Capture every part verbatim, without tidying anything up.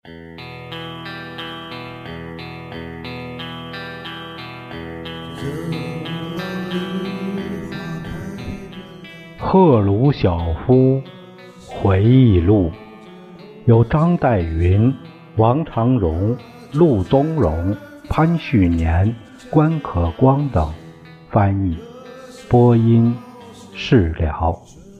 赫鲁晓夫回忆录，由张岱云、王长荣、陆宗荣、潘旭年、关可光等翻译，播音释了。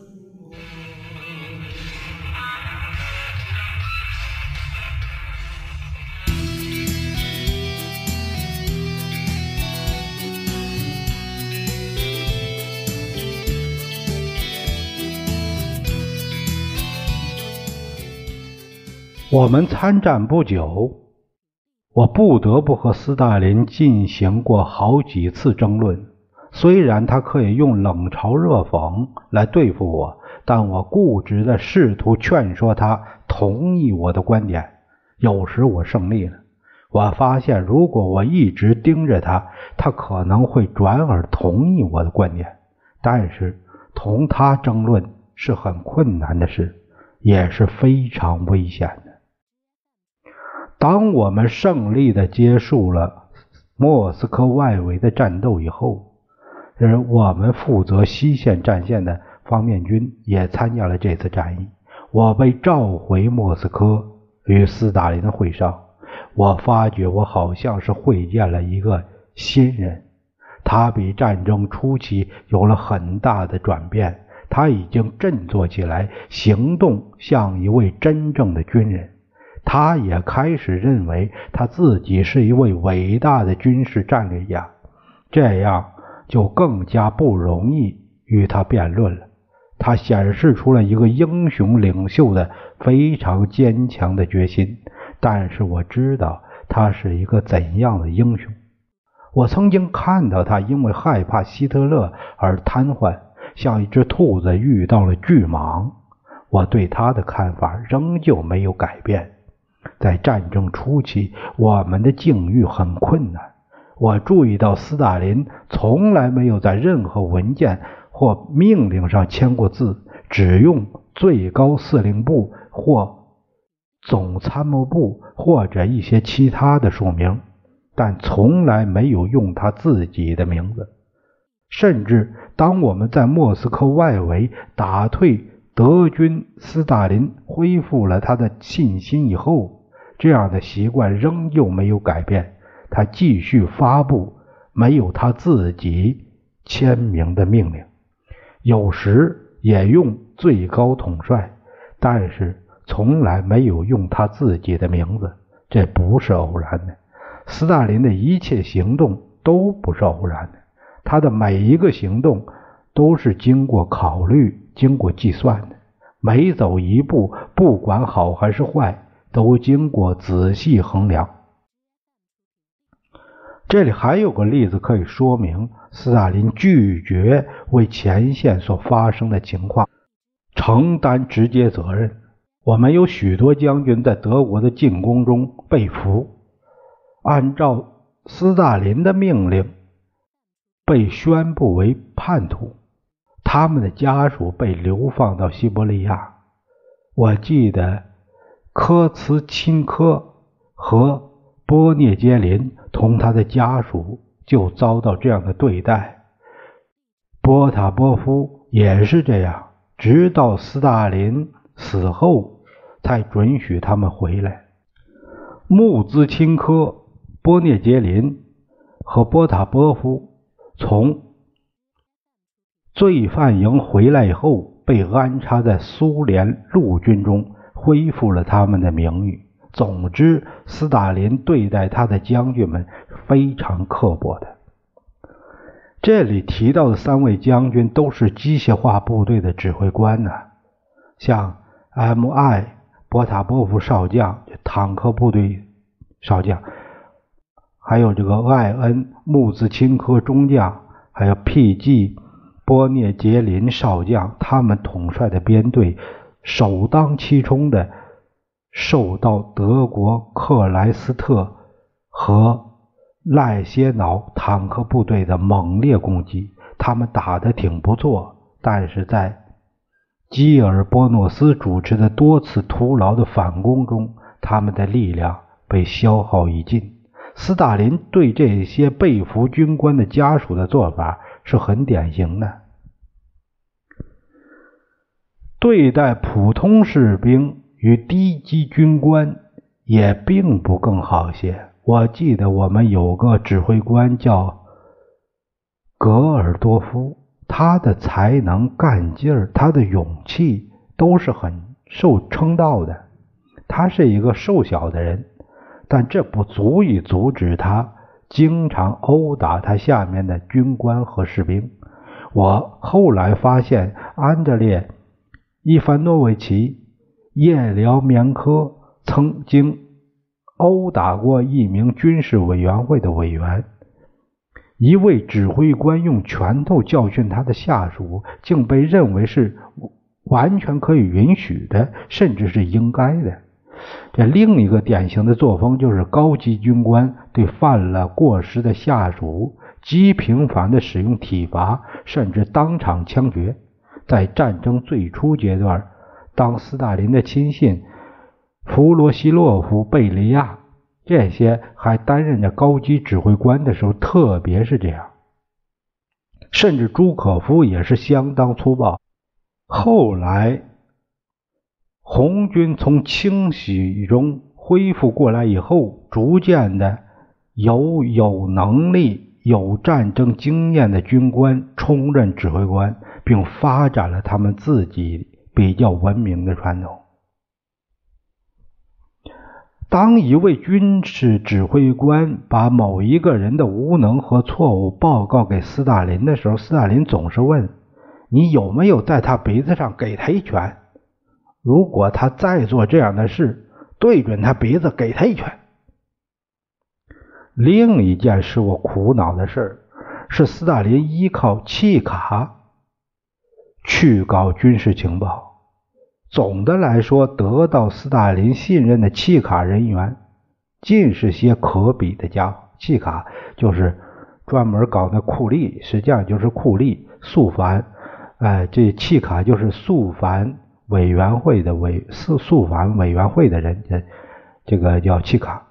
我们参战不久，我不得不和斯大林进行过好几次争论。虽然他可以用冷嘲热讽来对付我，但我固执地试图劝说他同意我的观点。有时我胜利了，我发现如果我一直盯着他，他可能会转而同意我的观点。但是同他争论是很困难的事，也是非常危险的。当我们胜利地结束了莫斯科外围的战斗以后，而我们负责西线战线的方面军也参加了这次战役。我被召回莫斯科，与斯大林会上，我发觉我好像是会见了一个新人。他比战争初期有了很大的转变，他已经振作起来，行动像一位真正的军人。他也开始认为他自己是一位伟大的军事战略家，这样就更加不容易与他辩论了。他显示出了一个英雄领袖的非常坚强的决心，但是我知道他是一个怎样的英雄。我曾经看到他因为害怕希特勒而瘫痪，像一只兔子遇到了巨蟒。我对他的看法仍旧没有改变。在战争初期，我们的境遇很困难。我注意到斯大林从来没有在任何文件或命令上签过字，只用最高司令部或总参谋部或者一些其他的署名，但从来没有用他自己的名字。甚至当我们在莫斯科外围打退德军，斯大林恢复了他的信心以后，这样的习惯仍旧没有改变。他继续发布没有他自己签名的命令，有时也用最高统帅，但是从来没有用他自己的名字。这不是偶然的，斯大林的一切行动都不是偶然的，他的每一个行动都是经过考虑、经过计算的，每走一步，不管好还是坏，都经过仔细衡量。这里还有个例子可以说明斯大林拒绝为前线所发生的情况承担直接责任。我们有许多将军在德国的进攻中被俘，按照斯大林的命令被宣布为叛徒，他们的家属被流放到西伯利亚。我记得科茨钦科和波涅杰林同他的家属就遭到这样的对待，波塔波夫也是这样，直到斯大林死后才准许他们回来。穆兹钦科、波涅杰林和波塔波夫从罪犯营回来以后，被安插在苏联陆军中，恢复了他们的名誉。总之，斯大林对待他的将军们非常刻薄的。这里提到的三位将军都是机械化部队的指挥官呢、啊，像 M I 波塔波夫少将，坦克部队少将，还有这个 I N 穆兹钦科中将，还有 P G 波涅杰林少将，他们统帅的编队首当其冲的受到德国克莱斯特和赖歇瑙坦克部队的猛烈攻击。他们打得挺不错，但是在基尔波诺斯主持的多次徒劳的反攻中， 他们的力量被消耗已尽。斯大林对这些被俘军官的家属的做法是很典型的。对待普通士兵与低级军官也并不更好些。我记得我们有个指挥官叫格尔多夫，他的才能、干劲儿、他的勇气都是很受称道的。他是一个瘦小的人，但这不足以阻止他经常殴打他下面的军官和士兵。我后来发现安德烈伊凡诺维奇叶廖缅科曾经殴打过一名军事委员会的委员。一位指挥官用拳头教训他的下属，竟被认为是完全可以允许的，甚至是应该的。这另一个典型的作风就是高级军官对犯了过失的下属极频繁地使用体罚，甚至当场枪决。在战争最初阶段，当斯大林的亲信弗罗西洛夫、贝利亚这些还担任着高级指挥官的时候，特别是这样。甚至朱可夫也是相当粗暴。后来红军从清洗中恢复过来以后，逐渐的由有能力、有战争经验的军官充任指挥官，并发展了他们自己比较文明的传统。当一位军事指挥官把某一个人的无能和错误报告给斯大林的时候，斯大林总是问：你有没有在他鼻子上给他一拳？如果他再做这样的事，对准他鼻子给他一拳。另一件使我苦恼的事是斯大林依靠契卡去搞军事情报。总的来说，得到斯大林信任的契卡人员尽是些可比的家伙。契卡就是专门搞那酷吏，实际上就是酷吏肃反，哎，这契卡就是肃反委员会的委肃肃反委员会的人，这这个叫契卡。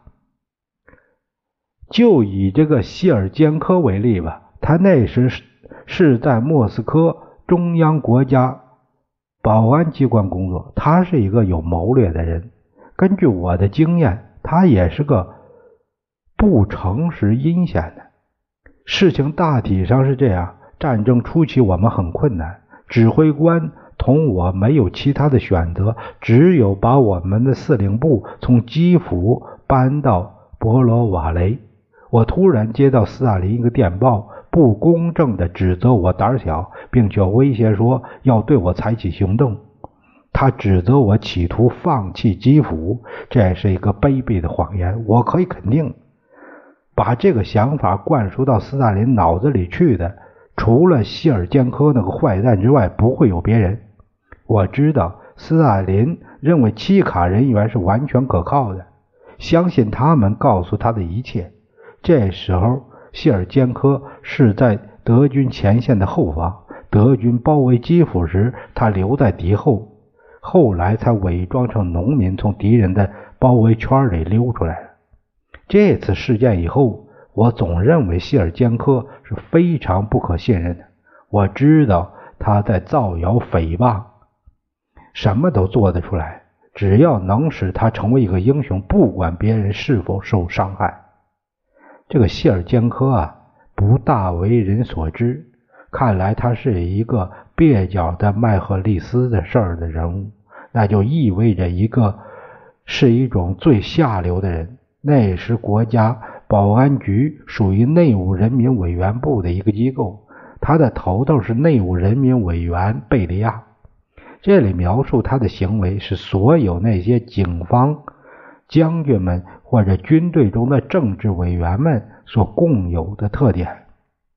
就以这个谢尔坚科为例吧，他那时是在莫斯科中央国家保安机关工作，他是一个有谋略的人。根据我的经验，他也是个不诚实阴险的。事情大体上是这样：战争初期我们很困难，指挥官同我没有其他的选择，只有把我们的司令部从基辅搬到博罗瓦雷。我突然接到斯大林一个电报，不公正地指责我胆小，并且威胁说要对我采取行动。他指责我企图放弃基辅，这是一个卑鄙的谎言。我可以肯定，把这个想法灌输到斯大林脑子里去的，除了谢尔坚科那个坏蛋之外，不会有别人。我知道斯大林认为契卡人员是完全可靠的，相信他们告诉他的一切。这时候谢尔坚科是在德军前线的后方，德军包围基辅时，他留在敌后，后来才伪装成农民从敌人的包围圈里溜出来了。这次事件以后，我总认为谢尔坚科是非常不可信任的。我知道他在造谣诽谤，什么都做得出来，只要能使他成为一个英雄，不管别人是否受伤害。这个谢尔坚科啊，不大为人所知，看来他是一个蹩脚的麦赫利斯的事儿的人物，那就意味着一个是一种最下流的人。那时国家保安局属于内务人民委员部的一个机构，他的头头是内务人民委员贝利亚。这里描述他的行为是所有那些警方将军们或者军队中的政治委员们所共有的特点。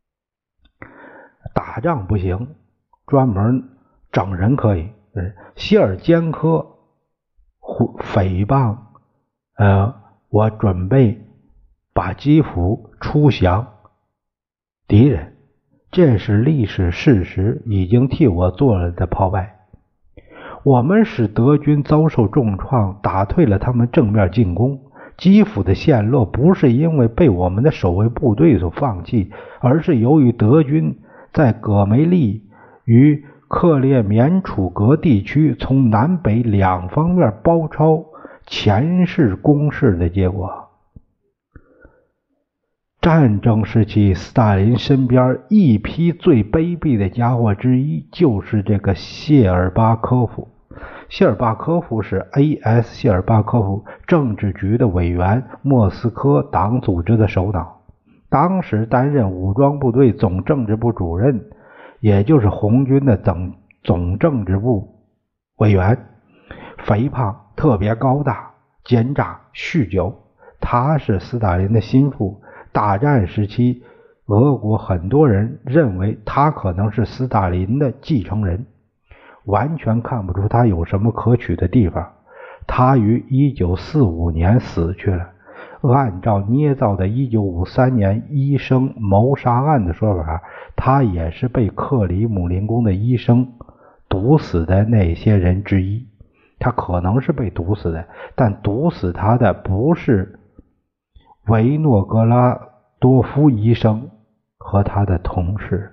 打仗不行，专门整人可以。谢尔坚科诽谤，呃，我准备把基辅出降敌人，这是历史事实，已经替我做了的炮败。 我们使德军遭受重创，打退了他们正面进攻。基辅的陷落不是因为被我们的守卫部队所放弃，而是由于德军在葛梅利与克列缅楚格地区从南北两方面包抄前世攻势的结果。战争时期，斯大林身边一批最卑鄙的家伙之一就是这个谢尔巴科夫。谢尔巴科夫是 A S 谢尔巴科夫政治局的委员，莫斯科党组织的首脑，当时担任武装部队总政治部主任，也就是红军的总总政治部委员。肥胖，特别高大，奸诈，酗酒。他是斯大林的心腹。大战时期，俄国很多人认为他可能是斯大林的继承人，完全看不出他有什么可取的地方。他于一九四五年死去了。按照捏造的一九五三年医生谋杀案的说法，他也是被克里姆林宫的医生毒死的那些人之一。他可能是被毒死的，但毒死他的不是维诺格拉多夫医生和他的同事。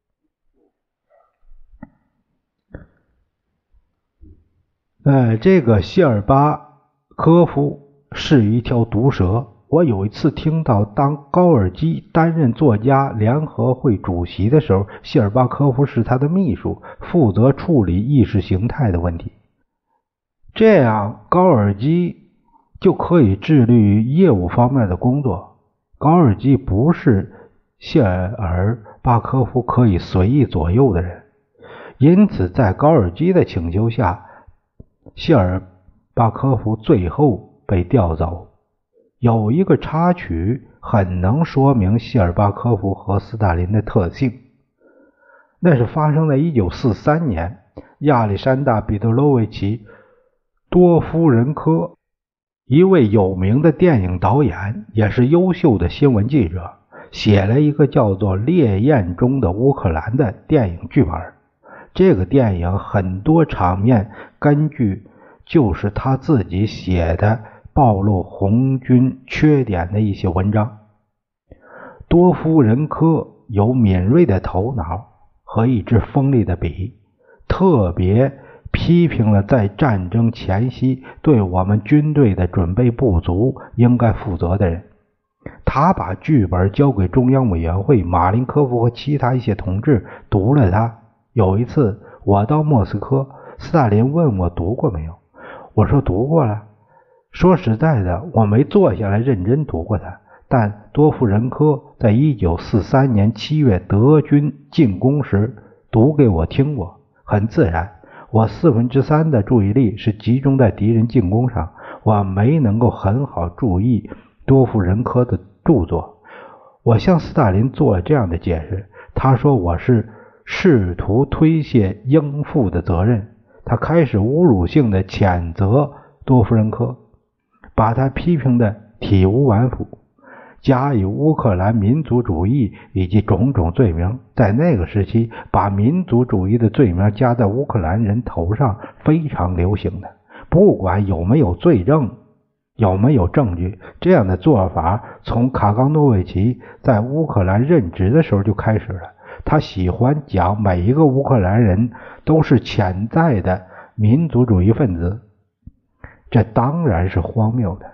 呃，这个谢尔巴科夫是一条毒蛇。我有一次听到，当高尔基担任作家联合会主席的时候，谢尔巴科夫是他的秘书，负责处理意识形态的问题。这样，高尔基就可以致力于业务方面的工作。高尔基不是谢尔巴科夫可以随意左右的人，因此在高尔基的请求下，谢尔巴科夫最后被调走。有一个插曲很能说明谢尔巴科夫和斯大林的特性，那是发生在一九四三年，亚历山大·彼得罗维奇多夫人科，一位有名的电影导演，也是优秀的新闻记者，写了一个叫做《烈焰中的乌克兰》的电影剧本。这个电影很多场面根据就是他自己写的暴露红军缺点的一些文章。多夫人科有敏锐的头脑和一支锋利的笔，特别批评了在战争前夕对我们军队的准备不足应该负责的人。他把剧本交给中央委员会，马林科夫和其他一些同志读了它。有一次我到莫斯科，斯大林问我读过没有，我说读过了。说实在的，我没坐下来认真读过它，但多夫人科在一九四三年七月德军进攻时读给我听过。很自然，我四分之三的注意力是集中在敌人进攻上，我没能够很好注意多夫人科的著作。我向斯大林做了这样的解释，他说我是试图推卸应负的责任。他开始侮辱性的谴责多夫人科，把他批评的体无完肤，加以乌克兰民族主义以及种种罪名。在那个时期，把民族主义的罪名加在乌克兰人头上非常流行的，不管有没有罪证，有没有证据。这样的做法从卡冈诺维奇在乌克兰任职的时候就开始了。他喜欢讲每一个乌克兰人都是潜在的民族主义分子，这当然是荒谬的。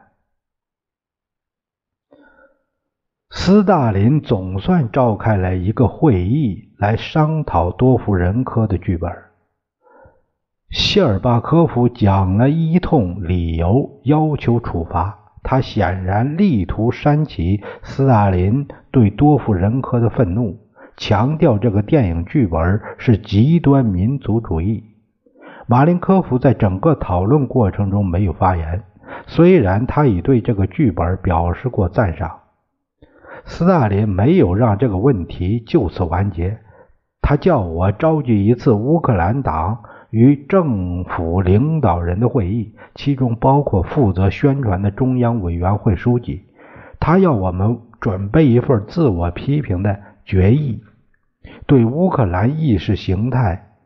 斯大林总算召开了一个会议来商讨多夫人科的剧本。谢尔巴科夫讲了一通理由，要求处罚。他显然力图煽起斯大林对多夫人科的愤怒，强调这个电影剧本是极端民族主义。马林科夫在整个讨论过程中没有发言，虽然他已对这个剧本表示过赞赏。斯大林没有让这个问题就此完结，他叫我召集一次乌克兰党与政府领导人的会议，其中包括负责宣传的中央委员会书记。他要我们准备一份自我批评的决议，对乌克兰意识形态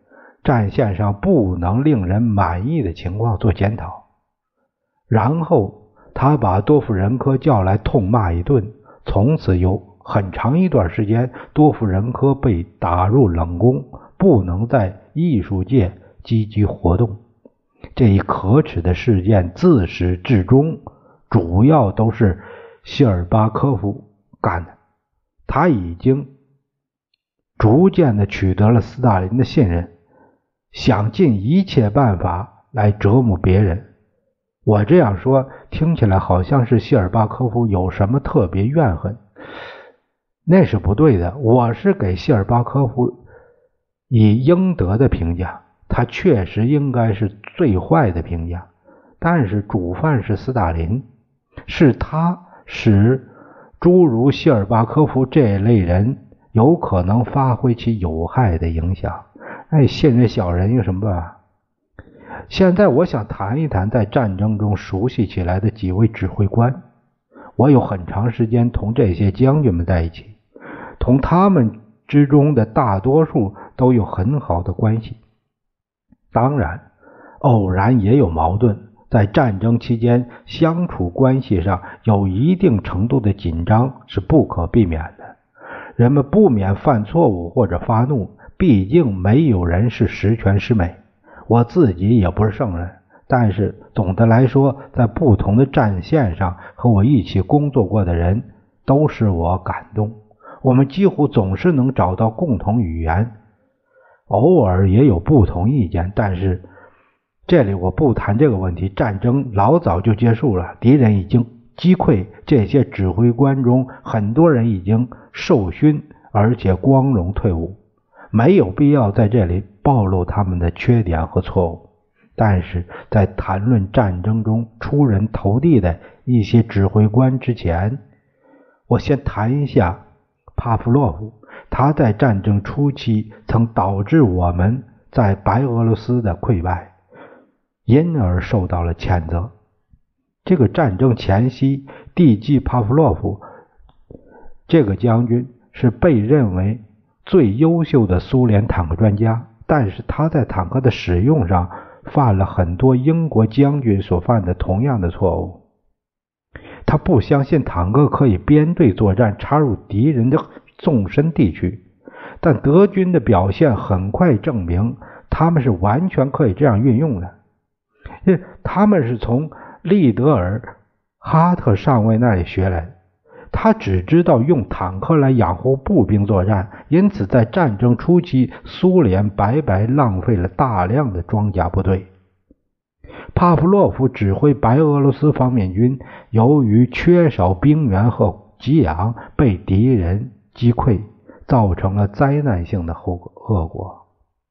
战线上不能令人满意的情况做检讨。然后他把多夫仁科叫来痛骂一顿，从此有很长一段时间，多夫仁科被打入冷宫，不能在艺术界积极活动。这一可耻的事件自始至终主要都是谢尔巴科夫干的。他已经逐渐的取得了斯大林的信任，想尽一切办法来折磨别人。我这样说听起来好像是谢尔巴科夫有什么特别怨恨，那是不对的。我是给谢尔巴科夫以应得的评价，他确实应该是最坏的评价，但是主犯是斯大林，是他使诸如谢尔巴科夫这类人有可能发挥其有害的影响。哎，信任小人有什么办法？现在我想谈一谈在战争中熟悉起来的几位指挥官。我有很长时间同这些将军们在一起，同他们之中的大多数都有很好的关系。当然，偶然也有矛盾，在战争期间相处关系上有一定程度的紧张是不可避免的。人们不免犯错误或者发怒，毕竟没有人是十全十美。我自己也不是圣人，但是总的来说，在不同的战线上和我一起工作过的人都使我感动。我们几乎总是能找到共同语言，偶尔也有不同意见，但是这里我不谈这个问题。战争老早就结束了，敌人已经击溃，这些指挥官中很多人已经受勋，而且光荣退伍，没有必要在这里暴露他们的缺点和错误。但是在谈论战争中出人头地的一些指挥官之前，我先谈一下帕夫洛夫。他在战争初期曾导致我们在白俄罗斯的溃败，因而受到了谴责。这个战争前夕，蒂季帕夫洛夫这个将军是被认为最优秀的苏联坦克专家，但是他在坦克的使用上犯了很多英国将军所犯的同样的错误。他不相信坦克可以编队作战，插入敌人的纵深地区，但德军的表现很快证明他们是完全可以这样运用的。他们是从利德尔哈特上尉那里学来的，他只知道用坦克来养活步兵作战，因此在战争初期，苏联白白浪费了大量的装甲部队。帕夫洛夫指挥白俄罗斯方面军，由于缺少兵源和给养，被敌人击溃，造成了灾难性的后恶果，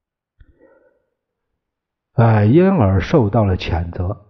呃，因而受到了谴责。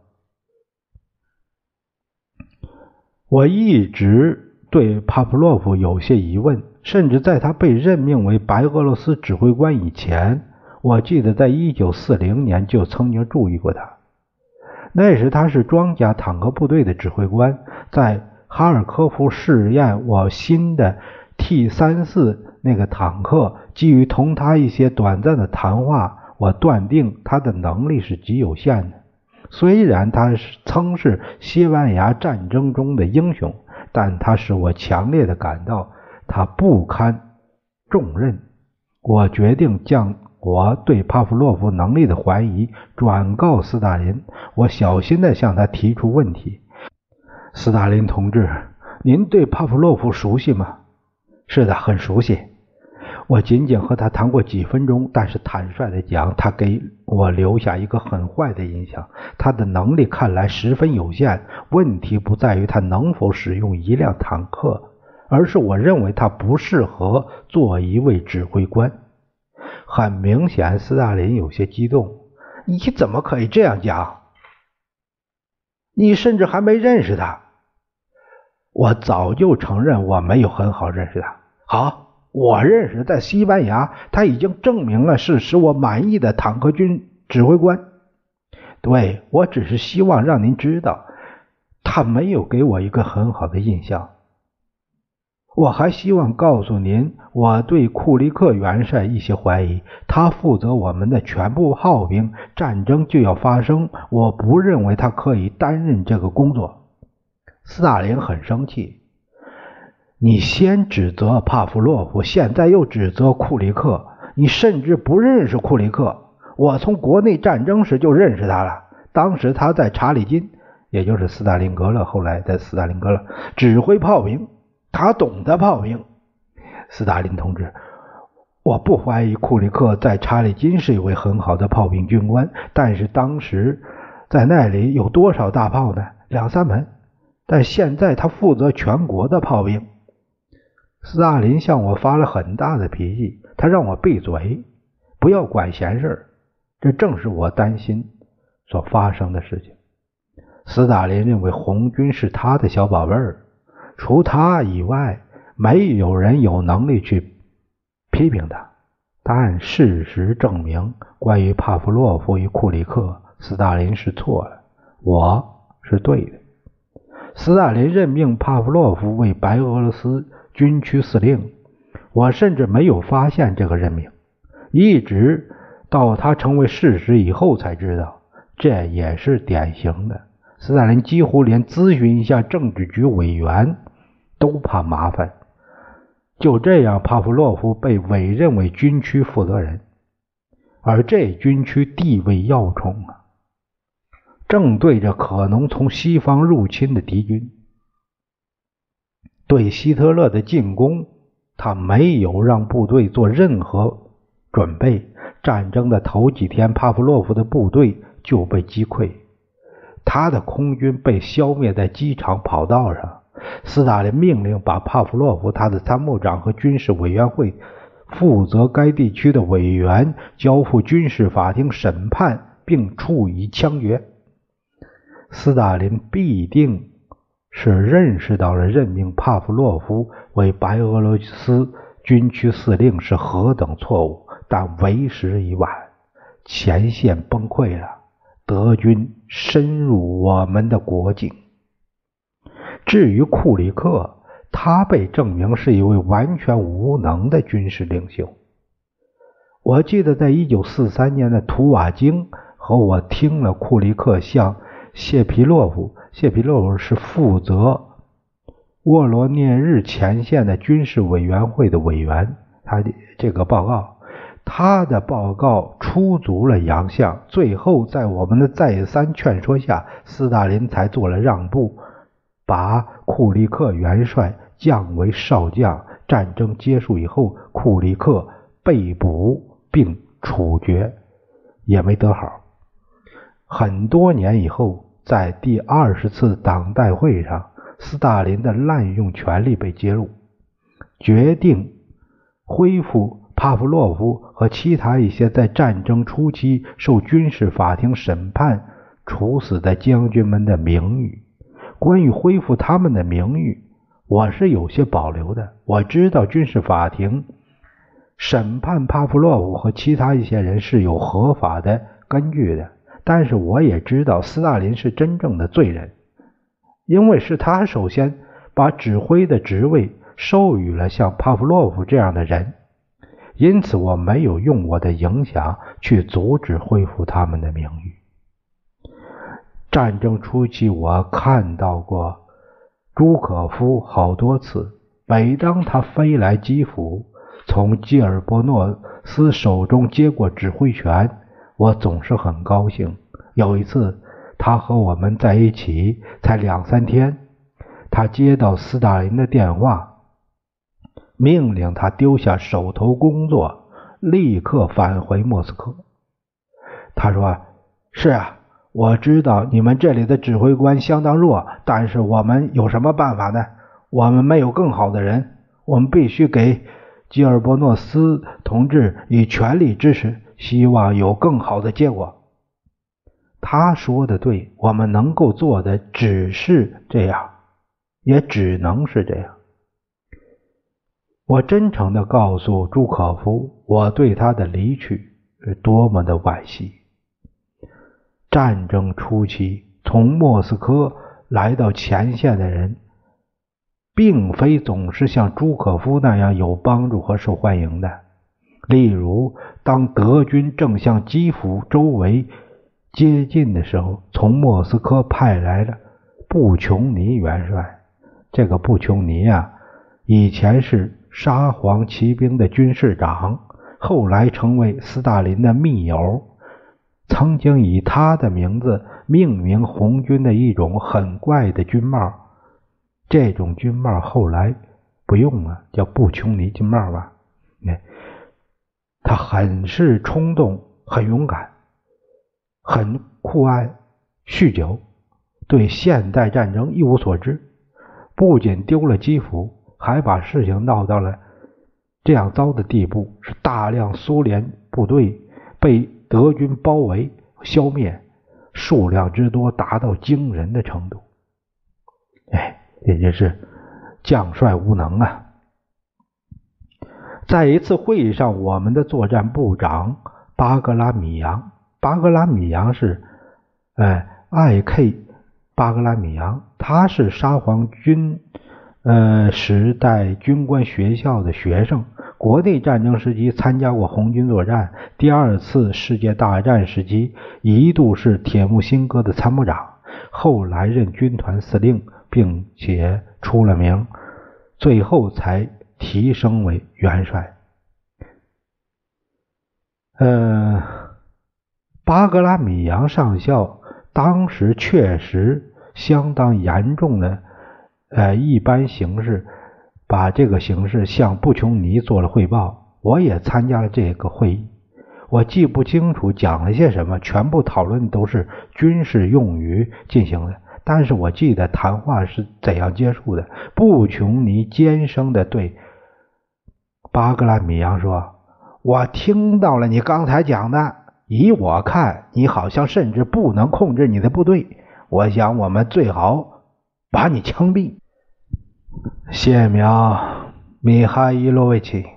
我一直对帕夫洛夫有些疑问，甚至在他被任命为白俄罗斯指挥官以前，我记得在一九四零年就曾经注意过他。那时他是装甲坦克部队的指挥官，在哈尔科夫试验我新的 T 三十四 那个坦克，基于同他一些短暂的谈话，我断定他的能力是极有限的。虽然他曾是西班牙战争中的英雄，但他使我强烈的感到他不堪重任。我决定将我对帕夫洛夫能力的怀疑转告斯大林，我小心地向他提出问题。斯大林同志，您对帕夫洛夫熟悉吗？是的，很熟悉。我仅仅和他谈过几分钟，但是坦率地讲，他给我留下一个很坏的印象。他的能力看来十分有限，问题不在于他能否使用一辆坦克，而是我认为他不适合做一位指挥官。很明显，斯大林有些激动。你怎么可以这样讲？你甚至还没认识他。我早就承认我没有很好认识他。好，我认识在西班牙，他已经证明了是使我满意的坦克军指挥官。对，我只是希望让您知道，他没有给我一个很好的印象。 我还希望告诉您，我对库利克元帅一些怀疑，他负责我们的全部炮兵，战争就要发生，我不认为他可以担任这个工作。斯大林很生气，你先指责帕夫洛夫，现在又指责库利克，你甚至不认识库利克。我从国内战争时就认识他了，当时他在查理金，也就是斯大林格勒，后来在斯大林格勒指挥炮兵，他懂得炮兵。斯大林同志，我不怀疑库利克在查理金是一位很好的炮兵军官，但是当时在那里有多少大炮呢？两三门。但现在他负责全国的炮兵。斯大林向我发了很大的脾气，他让我闭嘴，不要管闲事，这正是我担心所发生的事情。斯大林认为红军是他的小宝贝儿，除他以外没有人有能力去批评他。但事实证明，关于帕夫洛夫与库里克，斯大林是错了，我是对的。斯大林任命帕夫洛夫为白俄罗斯军区司令，我甚至没有发现这个任命，一直到他成为事实以后才知道。这也是典型的，斯大林几乎连咨询一下政治局委员都怕麻烦。就这样，帕夫洛夫被委任为军区负责人，而这军区地位要冲啊，正对着可能从西方入侵的敌军。对希特勒的进攻，他没有让部队做任何准备。战争的头几天，帕夫洛夫的部队就被击溃，他的空军被消灭在机场跑道上。斯大林命令把帕夫洛夫、他的参谋长和军事委员会负责该地区的委员交付军事法庭审判，并处以枪决。斯大林必定是认识到了任命帕夫洛夫为白俄罗斯军区司令是何等错误，但为时已晚，前线崩溃了，德军深入我们的国境。至于库里克，他被证明是一位完全无能的军事领袖。我记得在一九四三年的图瓦京和我听了库里克向谢皮洛夫，谢皮洛夫是负责沃罗涅日前线的军事委员会的委员，他的这个报告，他的报告出足了洋相。最后在我们的再三劝说下，斯大林才做了让步，把库里克元帅降为少将。战争结束以后，库里克被捕并处决，也没得好。很多年以后，在第二十次党代会上，斯大林的滥用权力被揭露，决定恢复帕夫洛夫和其他一些在战争初期受军事法庭审判处死的将军们的名誉。关于恢复他们的名誉，我是有些保留的。我知道军事法庭审判帕夫洛夫和其他一些人是有合法的根据的，但是我也知道斯大林是真正的罪人，因为是他首先把指挥的职位授予了像帕夫洛夫这样的人，因此我没有用我的影响去阻止恢复他们的名誉。战争初期，我看到过朱可夫好多次，每当他飞来基辅，从基尔波诺斯手中接过指挥权，我总是很高兴。有一次他和我们在一起才两三天，他接到斯大林的电话，命令他丢下手头工作，立刻返回莫斯科。他说，是啊，我知道你们这里的指挥官相当弱，但是我们有什么办法呢？我们没有更好的人，我们必须给基尔波诺斯同志以全力支持，希望有更好的结果。他说的对，我们能够做的只是这样，也只能是这样。我真诚地告诉朱可夫，我对他的离去是多么的惋惜。战争初期，从莫斯科来到前线的人并非总是像朱可夫那样有帮助和受欢迎的。例如，当德军正向基辅周围接近的时候，从莫斯科派来了布琼尼元帅。这个布琼尼啊，以前是沙皇骑兵的军事长，后来成为斯大林的密友，曾经以他的名字命名红军的一种很怪的军帽。这种军帽后来不用了，叫布琼尼军帽吧。他很是冲动，很勇敢，很酷爱酗酒，对现代战争一无所知，不仅丢了基辅，还把事情闹到了这样糟的地步，是大量苏联部队被德军包围消灭，数量之多达到惊人的程度。哎，也就是将帅无能啊。在一次会议上，我们的作战部长巴格拉米扬，巴格拉米扬是哎 I K 巴格拉米扬，他是沙皇军呃时代军官学校的学生，国内战争时期参加过红军作战，第二次世界大战时期一度是铁木辛哥的参谋长，后来任军团司令，并且出了名，最后才提升为元帅。呃，巴格拉米扬上校当时确实相当严重的呃一般形势，把这个形势向布琼尼做了汇报。我也参加了这个会议，我记不清楚讲了些什么，全部讨论都是军事用语进行的，但是我记得谈话是怎样结束的。布琼尼尖声地对巴格拉米扬说，我听到了你刚才讲的，以我看，你好像甚至不能控制你的部队，我想我们最好把你枪毙。谢苗米哈伊洛维奇，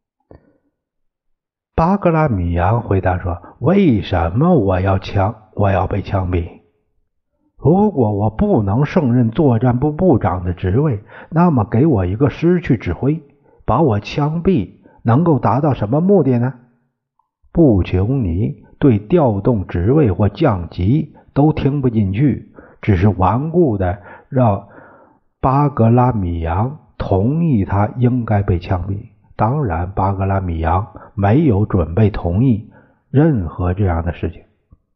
巴格拉米扬回答说，为什么我要枪我要被枪毙？如果我不能胜任作战部部长的职位，那么给我一个师去指挥，把我枪毙能够达到什么目的呢？布琼尼对调动职位或降级都听不进去，只是顽固的让巴格拉米扬同意他应该被枪毙。当然，巴格拉米扬没有准备同意任何这样的事情。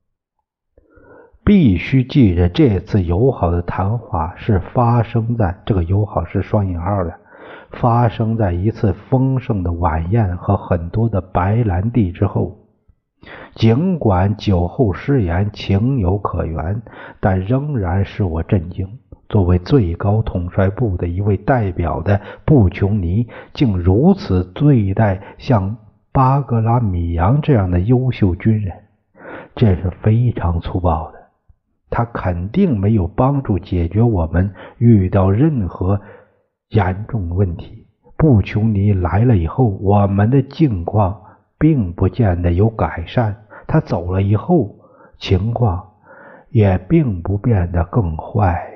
必须记着，这次友好的谈话是发生在，这个友好是双引号的，发生在一次丰盛的晚宴和很多的白兰地之后。尽管酒后失言情有可原，但仍然使我震惊。作为最高统帅部的一位代表的布琼尼，竟如此对待像巴格拉米扬这样的优秀军人，这是非常粗暴的。他肯定没有帮助解决我们遇到任何严重问题。布琼尼来了以后，我们的境况并不见得有改善，他走了以后，情况也并不变得更坏。